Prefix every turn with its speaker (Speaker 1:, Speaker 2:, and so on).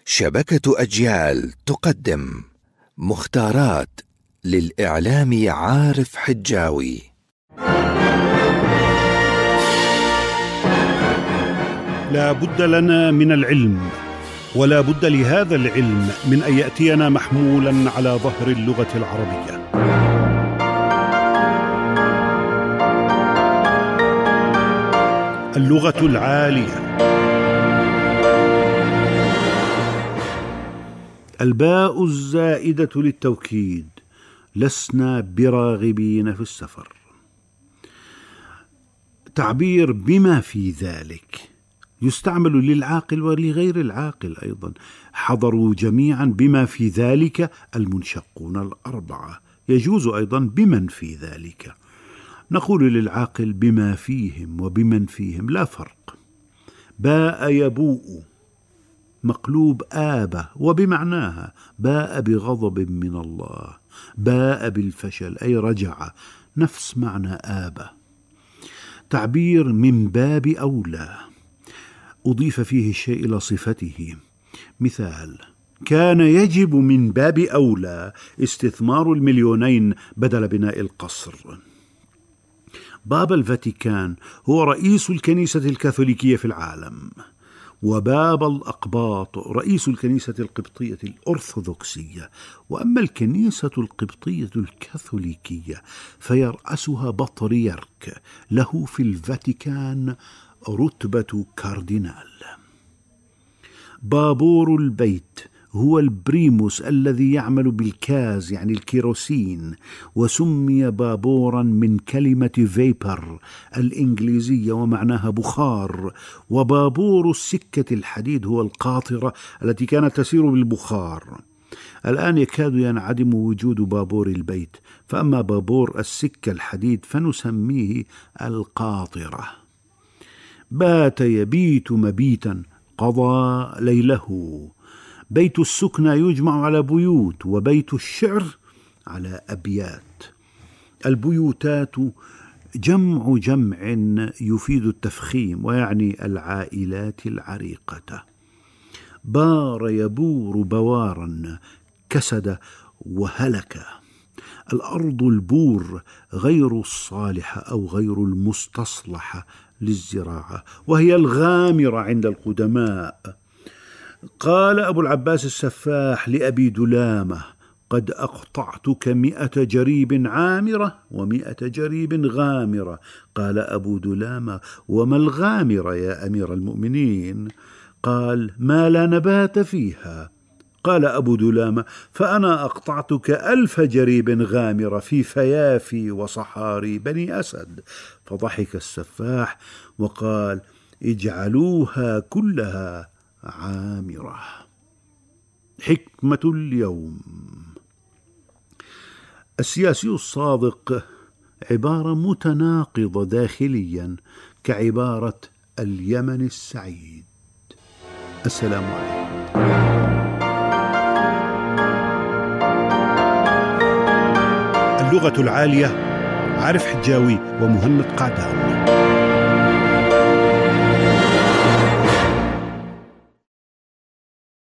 Speaker 1: شبكة أجيال تقدم مختارات للإعلامي عارف حجاوي.
Speaker 2: لا بد لنا من العلم، ولا بد لهذا العلم من أن يأتينا محمولا على ظهر اللغة العربية. اللغة العالية. الباء الزائدة للتوكيد، لسنا براغبين في السفر. تعبير بما في ذلك يستعمل للعاقل ولغير العاقل أيضا. حضروا جميعا بما في ذلك المنشقون الأربعة. يجوز أيضا بمن في ذلك. نقول للعاقل بما فيهم وبمن فيهم، لا فرق. باء يبوء مقلوب آبة وبمعناها، باء بغضب من الله، باء بالفشل أي رجع، نفس معنى آبة. تعبير من باب أولى، أضيف فيه الشيء إلى صفته. مثال: كان يجب من باب أولى استثمار المليونين بدل بناء القصر. بابا الفاتيكان هو رئيس الكنيسة الكاثوليكية في العالم، وبابا الأقباط رئيس الكنيسة القبطية الأرثوذكسية. وأما الكنيسة القبطية الكاثوليكية فيرأسها بطريرك له في الفاتيكان رتبة كاردينال. بابور البيت هو البريموس الذي يعمل بالكاز يعني الكيروسين، وسمي بابورا من كلمة فيبر الإنجليزية ومعناها بخار. وبابور السكة الحديد هو القاطرة التي كانت تسير بالبخار. الآن يكاد ينعدم وجود بابور البيت، فأما بابور السكة الحديد فنسميه القاطرة. بات يبيت مبيتا، قضى ليله. بيت السكنى يجمع على بيوت، وبيت الشعر على أبيات. البيوتات جمع يفيد التفخيم ويعني العائلات العريقة. بار يبور بوارا، كسد وهلك. الأرض البور غير الصالحة أو غير المستصلحة للزراعة، وهي الغامرة عند القدماء. قال أبو العباس السفاح لأبي دلامة: قد أقطعتك 100 جريب عامرة و100 جريب غامرة. قال أبو دلامة: وما الغامرة يا أمير المؤمنين؟ قال: ما لا نبات فيها. قال أبو دلامة: فأنا أقطعتك 1000 جريب غامرة في فيافي وصحاري بني أسد. فضحك السفاح وقال: اجعلوها كلها عامرة. حكمة اليوم: السياسي الصادق عبارة متناقضة داخليا كعبارة اليمن السعيد. السلام عليكم. اللغة العالية، عارف حجاوي ومهند قعدان.